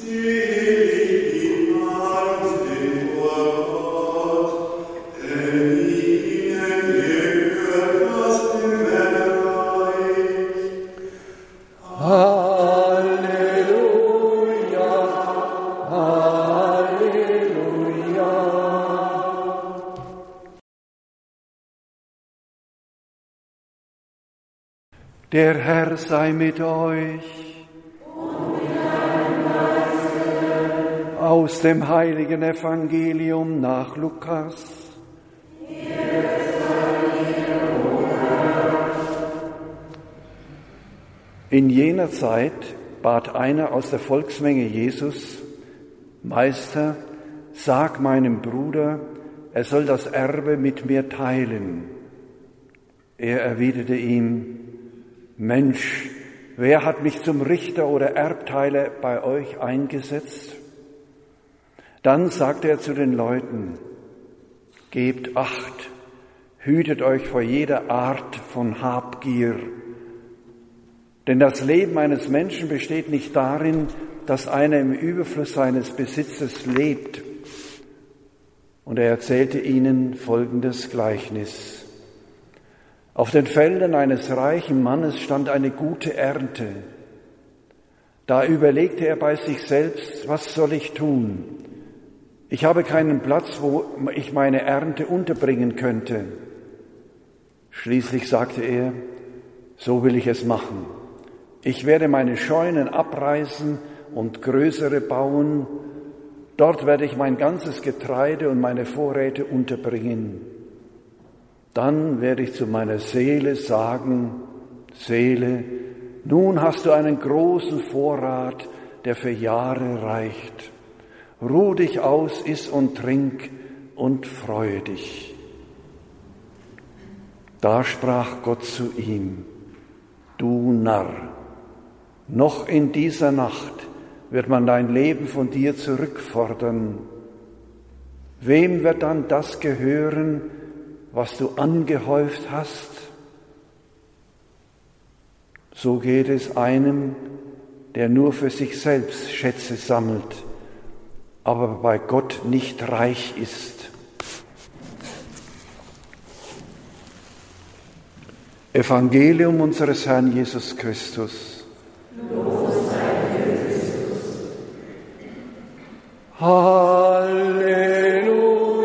Der Herr sei mit euch. Und mit deinem Geiste. Aus dem heiligen Evangelium nach Lukas. In jener Zeit bat einer aus der Volksmenge Jesus: Meister, sag meinem Bruder, er soll das Erbe mit mir teilen. Er erwiderte ihm: Mensch, wer hat mich zum Richter oder Erbteiler bei euch eingesetzt? Dann sagte er zu den Leuten: Gebt Acht, hütet euch vor jeder Art von Habgier. Denn das Leben eines Menschen besteht nicht darin, dass einer im Überfluss seines Besitzes lebt. Und er erzählte ihnen folgendes Gleichnis. Auf den Feldern eines reichen Mannes stand eine gute Ernte. Da überlegte er bei sich selbst: Was soll ich tun? Ich habe keinen Platz, wo ich meine Ernte unterbringen könnte. Schließlich sagte er: So will ich es machen. Ich werde meine Scheunen abreißen und größere bauen. Dort werde ich mein ganzes Getreide und meine Vorräte unterbringen. Dann werde ich zu meiner Seele sagen: Seele, nun hast du einen großen Vorrat, der für Jahre reicht. Ruh dich aus, iss und trink und freue dich. Da sprach Gott zu ihm: Du Narr, noch in dieser Nacht wird man dein Leben von dir zurückfordern. Wem wird dann das gehören, was du angehäuft hast? So geht es einem, der nur für sich selbst Schätze sammelt, aber bei Gott nicht reich ist. Evangelium unseres Herrn Jesus Christus. Lob sei dir, Christus. Halleluja.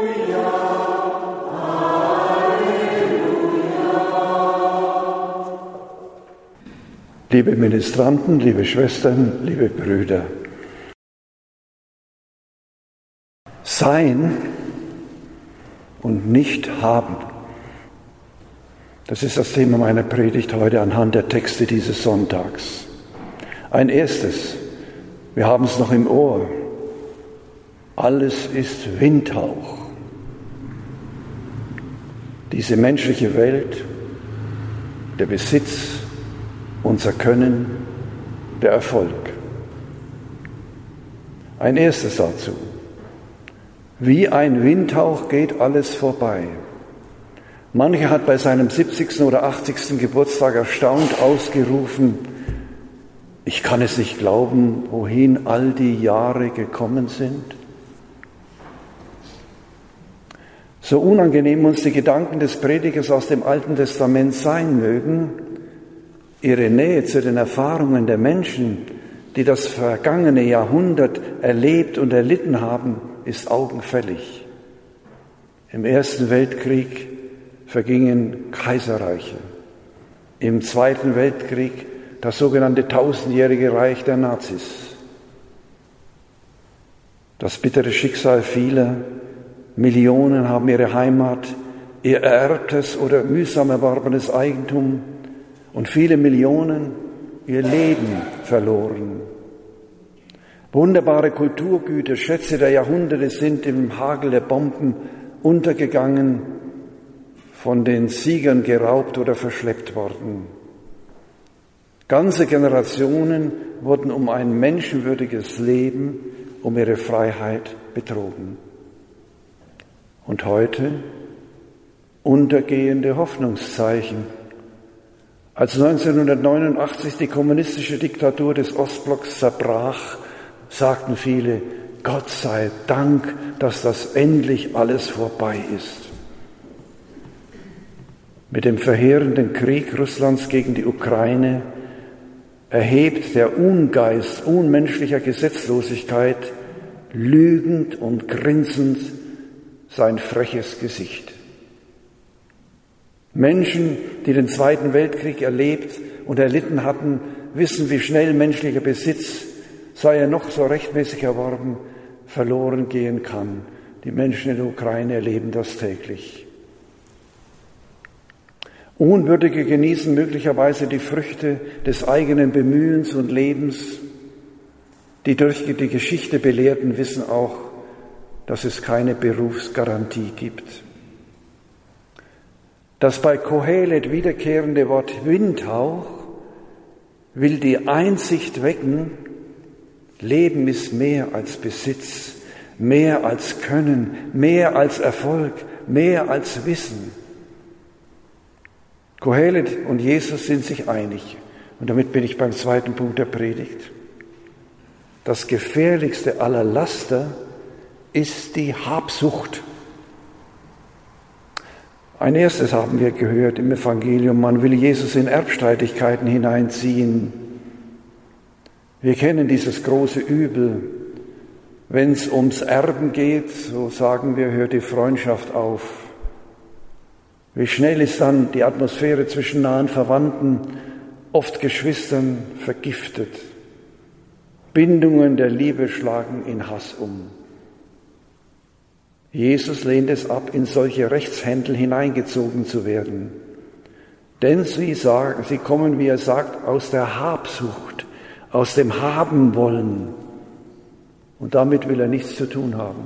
Liebe Ministranten, liebe Schwestern, liebe Brüder. Sein und nicht haben. Das ist das Thema meiner Predigt heute anhand der Texte dieses Sonntags. Ein erstes, wir haben es noch im Ohr: Alles ist Windhauch. Diese menschliche Welt, der Besitz, unser Können, der Erfolg. Ein erstes dazu. Wie ein Windhauch geht alles vorbei. Mancher hat bei seinem 70. oder 80. Geburtstag erstaunt ausgerufen: Ich kann es nicht glauben, wohin all die Jahre gekommen sind. So unangenehm uns die Gedanken des Predigers aus dem Alten Testament sein mögen, ihre Nähe zu den Erfahrungen der Menschen, die das vergangene Jahrhundert erlebt und erlitten haben, ist augenfällig. Im Ersten Weltkrieg vergingen Kaiserreiche. Im Zweiten Weltkrieg das sogenannte tausendjährige Reich der Nazis. Das bittere Schicksal vieler, Millionen haben ihre Heimat, ihr ererbtes oder mühsam erworbenes Eigentum und viele Millionen ihr Leben verloren. Wunderbare Kulturgüter, Schätze der Jahrhunderte sind im Hagel der Bomben untergegangen, von den Siegern geraubt oder verschleppt worden. Ganze Generationen wurden um ein menschenwürdiges Leben, um ihre Freiheit betrogen. Und heute untergehende Hoffnungszeichen. Als 1989 die kommunistische Diktatur des Ostblocks zerbrach, sagten viele, Gott sei Dank, dass das endlich alles vorbei ist. Mit dem verheerenden Krieg Russlands gegen die Ukraine erhebt der Ungeist unmenschlicher Gesetzlosigkeit lügend und grinsend sein freches Gesicht. Menschen, die den Zweiten Weltkrieg erlebt und erlitten hatten, wissen, wie schnell menschlicher Besitz, sei er noch so rechtmäßig erworben, verloren gehen kann. Die Menschen in der Ukraine erleben das täglich. Unwürdige genießen möglicherweise die Früchte des eigenen Bemühens und Lebens. Die durch die Geschichte Belehrten wissen auch, dass es keine Berufsgarantie gibt. Das bei Kohelet wiederkehrende Wort Windhauch will die Einsicht wecken, Leben ist mehr als Besitz, mehr als Können, mehr als Erfolg, mehr als Wissen. Kohelet und Jesus sind sich einig. Und damit bin ich beim zweiten Punkt der Predigt. Das gefährlichste aller Laster ist die Habsucht. Ein erstes haben wir gehört im Evangelium, man will Jesus in Erbstreitigkeiten hineinziehen. Wir kennen dieses große Übel. Wenn es ums Erben geht, so sagen wir, hört die Freundschaft auf. Wie schnell ist dann die Atmosphäre zwischen nahen Verwandten, oft Geschwistern, vergiftet. Bindungen der Liebe schlagen in Hass um. Jesus lehnt es ab, in solche Rechtshändel hineingezogen zu werden. Denn sie kommen, wie er sagt, aus der Habsucht, aus dem Haben-Wollen. Und damit will er nichts zu tun haben.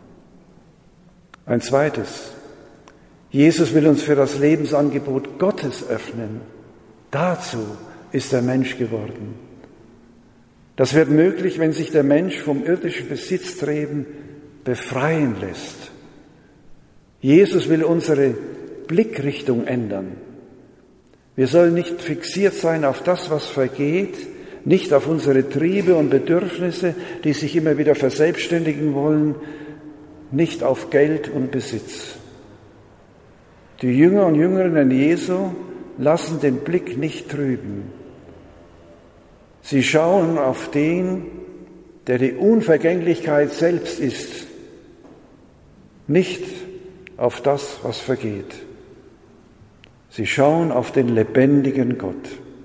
Ein zweites. Jesus will uns für das Lebensangebot Gottes öffnen. Dazu ist der Mensch geworden. Das wird möglich, wenn sich der Mensch vom irdischen Besitzstreben befreien lässt. Jesus will unsere Blickrichtung ändern. Wir sollen nicht fixiert sein auf das, was vergeht, nicht auf unsere Triebe und Bedürfnisse, die sich immer wieder verselbstständigen wollen, nicht auf Geld und Besitz. Die Jünger und Jüngerinnen Jesu lassen den Blick nicht trüben. Sie schauen auf den, der die Unvergänglichkeit selbst ist, nicht auf das, was vergeht. Sie schauen auf den lebendigen Gott.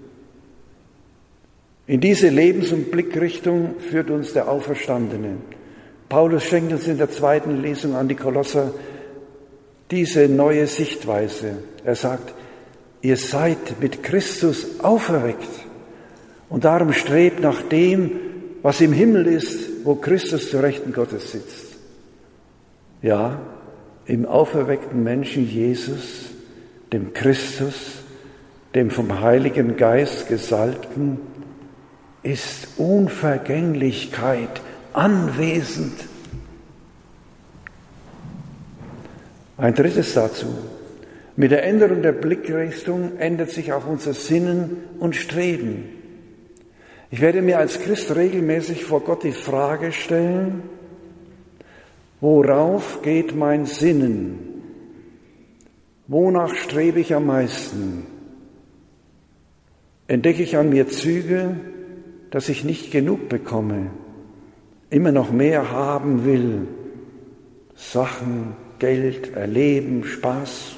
In diese Lebens- und Blickrichtung führt uns der Auferstandene. Paulus schenkt uns in der zweiten Lesung an die Kolosser diese neue Sichtweise. Er sagt, ihr seid mit Christus auferweckt und darum strebt nach dem, was im Himmel ist, wo Christus zu Rechten Gottes sitzt. Ja, im auferweckten Menschen Jesus, dem Christus, dem vom Heiligen Geist Gesalbten, ist Unvergänglichkeit anwesend. Ein drittes dazu. Mit der Änderung der Blickrichtung ändert sich auch unser Sinnen und Streben. Ich werde mir als Christ regelmäßig vor Gott die Frage stellen, worauf geht mein Sinnen? Wonach strebe ich am meisten? Entdecke ich an mir Züge, dass ich nicht genug bekomme, immer noch mehr haben will? Sachen, Geld, Erleben, Spaß?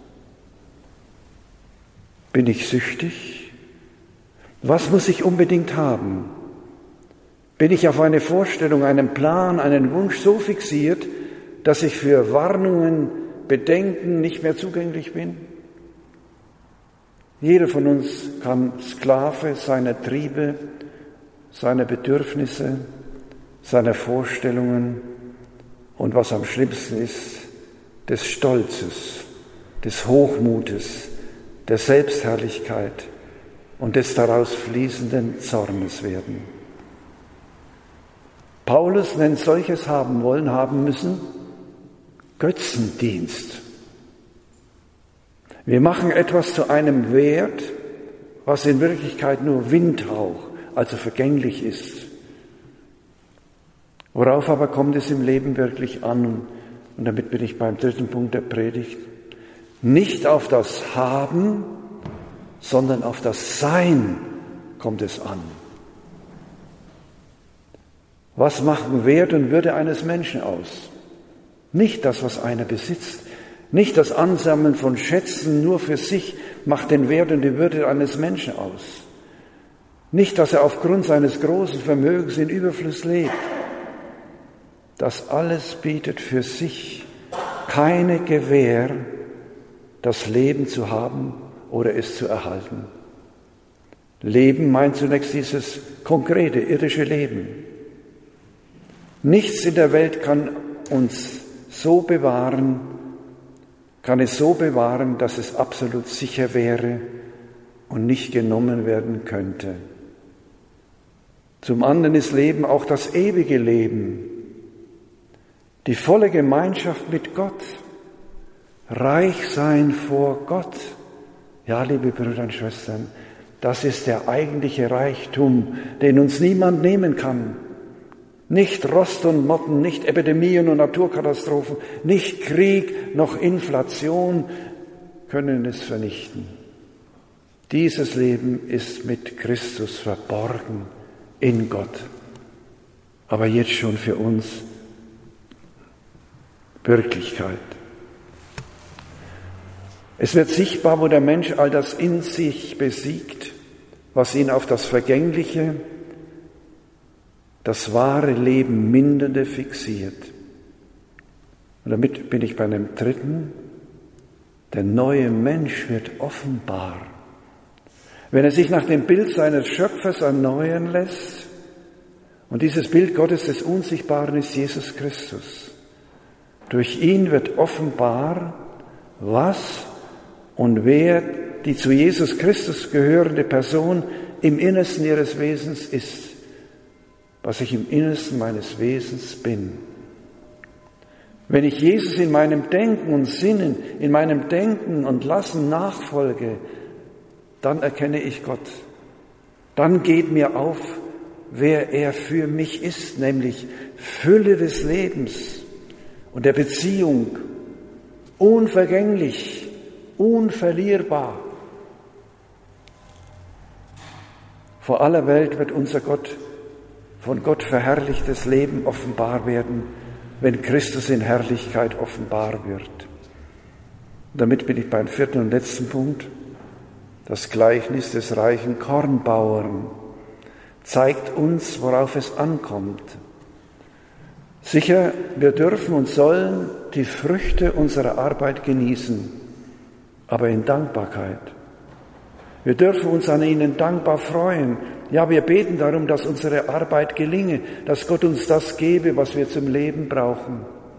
Bin ich süchtig? Was muss ich unbedingt haben? Bin ich auf eine Vorstellung, einen Plan, einen Wunsch so fixiert, dass ich für Warnungen, Bedenken nicht mehr zugänglich bin? Jeder von uns kann Sklave seiner Triebe, seiner Bedürfnisse, seiner Vorstellungen und was am schlimmsten ist, des Stolzes, des Hochmutes, der Selbstherrlichkeit und des daraus fließenden Zornes werden. Paulus nennt solches haben wollen, haben müssen, Götzendienst. Wir machen etwas zu einem Wert, was in Wirklichkeit nur Windhauch, also vergänglich ist. Worauf aber kommt es im Leben wirklich an? Und damit bin ich beim dritten Punkt der Predigt. Nicht auf das Haben, sondern auf das Sein kommt es an. Was machen Wert und Würde eines Menschen aus? Nicht das, was einer besitzt. Nicht das Ansammeln von Schätzen nur für sich macht den Wert und die Würde eines Menschen aus. Nicht, dass er aufgrund seines großen Vermögens in Überfluss lebt. Das alles bietet für sich keine Gewähr, das Leben zu haben oder es zu erhalten. Leben meint zunächst dieses konkrete, irdische Leben. Nichts in der Welt kann es so bewahren, dass es absolut sicher wäre und nicht genommen werden könnte. Zum anderen ist Leben auch das ewige Leben, die volle Gemeinschaft mit Gott, reich sein vor Gott. Ja, liebe Brüder und Schwestern, das ist der eigentliche Reichtum, den uns niemand nehmen kann. Nicht Rost und Motten, nicht Epidemien und Naturkatastrophen, nicht Krieg noch Inflation können es vernichten. Dieses Leben ist mit Christus verborgen in Gott, aber jetzt schon für uns Wirklichkeit. Es wird sichtbar, wo der Mensch all das in sich besiegt, was ihn auf das Vergängliche, das wahre Leben Mindernde fixiert. Und damit bin ich bei einem dritten. Der neue Mensch wird offenbar. Wenn er sich nach dem Bild seines Schöpfers erneuern lässt, und dieses Bild Gottes des Unsichtbaren ist Jesus Christus. Durch ihn wird offenbar, was und wer die zu Jesus Christus gehörende Person im Innersten ihres Wesens ist. Was ich im Innersten meines Wesens bin. Wenn ich Jesus in meinem Denken und Sinnen, in meinem Denken und Lassen nachfolge, dann erkenne ich Gott. Dann geht mir auf, wer er für mich ist, nämlich Fülle des Lebens und der Beziehung, unvergänglich, unverlierbar. Vor aller Welt wird unser Gott, von Gott verherrlichtes Leben offenbar werden, wenn Christus in Herrlichkeit offenbar wird. Damit bin ich beim vierten und letzten Punkt. Das Gleichnis des reichen Kornbauern zeigt uns, worauf es ankommt. Sicher, wir dürfen und sollen die Früchte unserer Arbeit genießen, aber in Dankbarkeit. Wir dürfen uns an ihnen dankbar freuen. Ja, wir beten darum, dass unsere Arbeit gelinge, dass Gott uns das gebe, was wir zum Leben brauchen.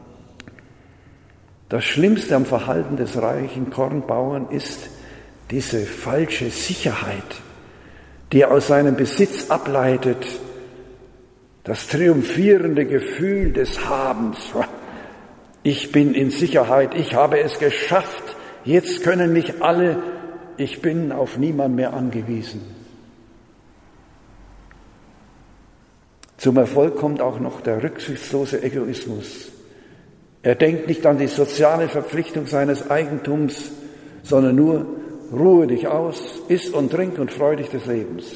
Das Schlimmste am Verhalten des reichen Kornbauern ist diese falsche Sicherheit, die er aus seinem Besitz ableitet, das triumphierende Gefühl des Habens. Ich bin in Sicherheit, ich habe es geschafft, jetzt können mich alle, ich bin auf niemand mehr angewiesen. Zum Erfolg kommt auch noch der rücksichtslose Egoismus. Er denkt nicht an die soziale Verpflichtung seines Eigentums, sondern nur, ruhe dich aus, iss und trink und freu dich des Lebens.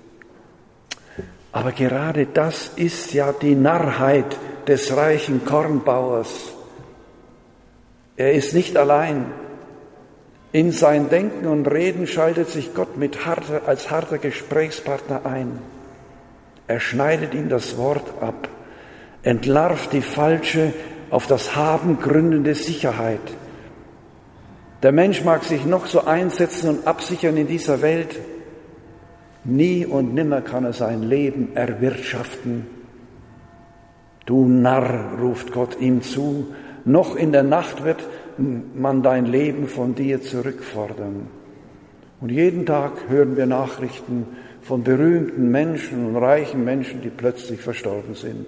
Aber gerade das ist ja die Narrheit des reichen Kornbauers. Er ist nicht allein. In sein Denken und Reden schaltet sich Gott als harter Gesprächspartner ein. Er schneidet ihm das Wort ab, entlarvt die falsche, auf das Haben gründende Sicherheit. Der Mensch mag sich noch so einsetzen und absichern in dieser Welt. Nie und nimmer kann er sein Leben erwirtschaften. Du Narr, ruft Gott ihm zu, noch in der Nacht wird man dein Leben von dir zurückfordern. Und jeden Tag hören wir Nachrichten von berühmten Menschen und reichen Menschen, die plötzlich verstorben sind.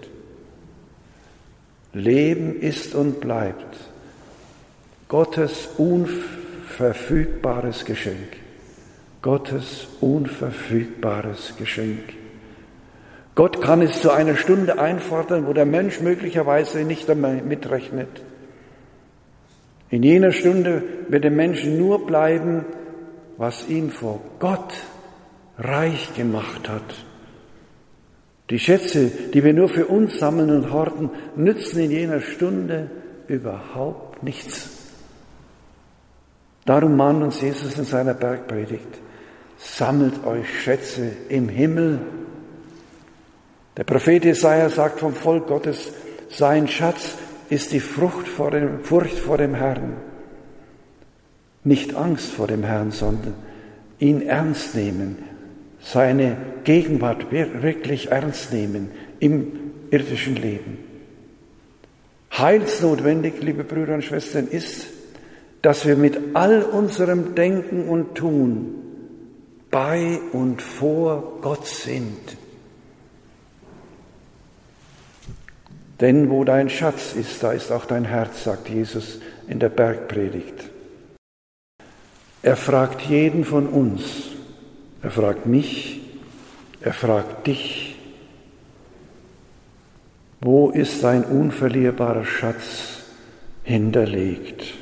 Leben ist und bleibt Gottes unverfügbares Geschenk. Gottes unverfügbares Geschenk. Gott kann es zu einer Stunde einfordern, wo der Mensch möglicherweise nicht damit mitrechnet. In jener Stunde wird dem Menschen nur bleiben, was ihn vor Gott reich gemacht hat. Die Schätze, die wir nur für uns sammeln und horten, nützen in jener Stunde überhaupt nichts. Darum mahnt uns Jesus in seiner Bergpredigt: Sammelt euch Schätze im Himmel. Der Prophet Jesaja sagt vom Volk Gottes: Sein Schatz ist die Furcht vor dem Herrn. Nicht Angst vor dem Herrn, sondern ihn ernst nehmen, seine Gegenwart wirklich ernst nehmen im irdischen Leben. Heilsnotwendig, liebe Brüder und Schwestern, ist, dass wir mit all unserem Denken und Tun bei und vor Gott sind. Denn wo dein Schatz ist, da ist auch dein Herz, sagt Jesus in der Bergpredigt. Er fragt jeden von uns, er fragt mich, er fragt dich: Wo ist dein unverlierbarer Schatz hinterlegt?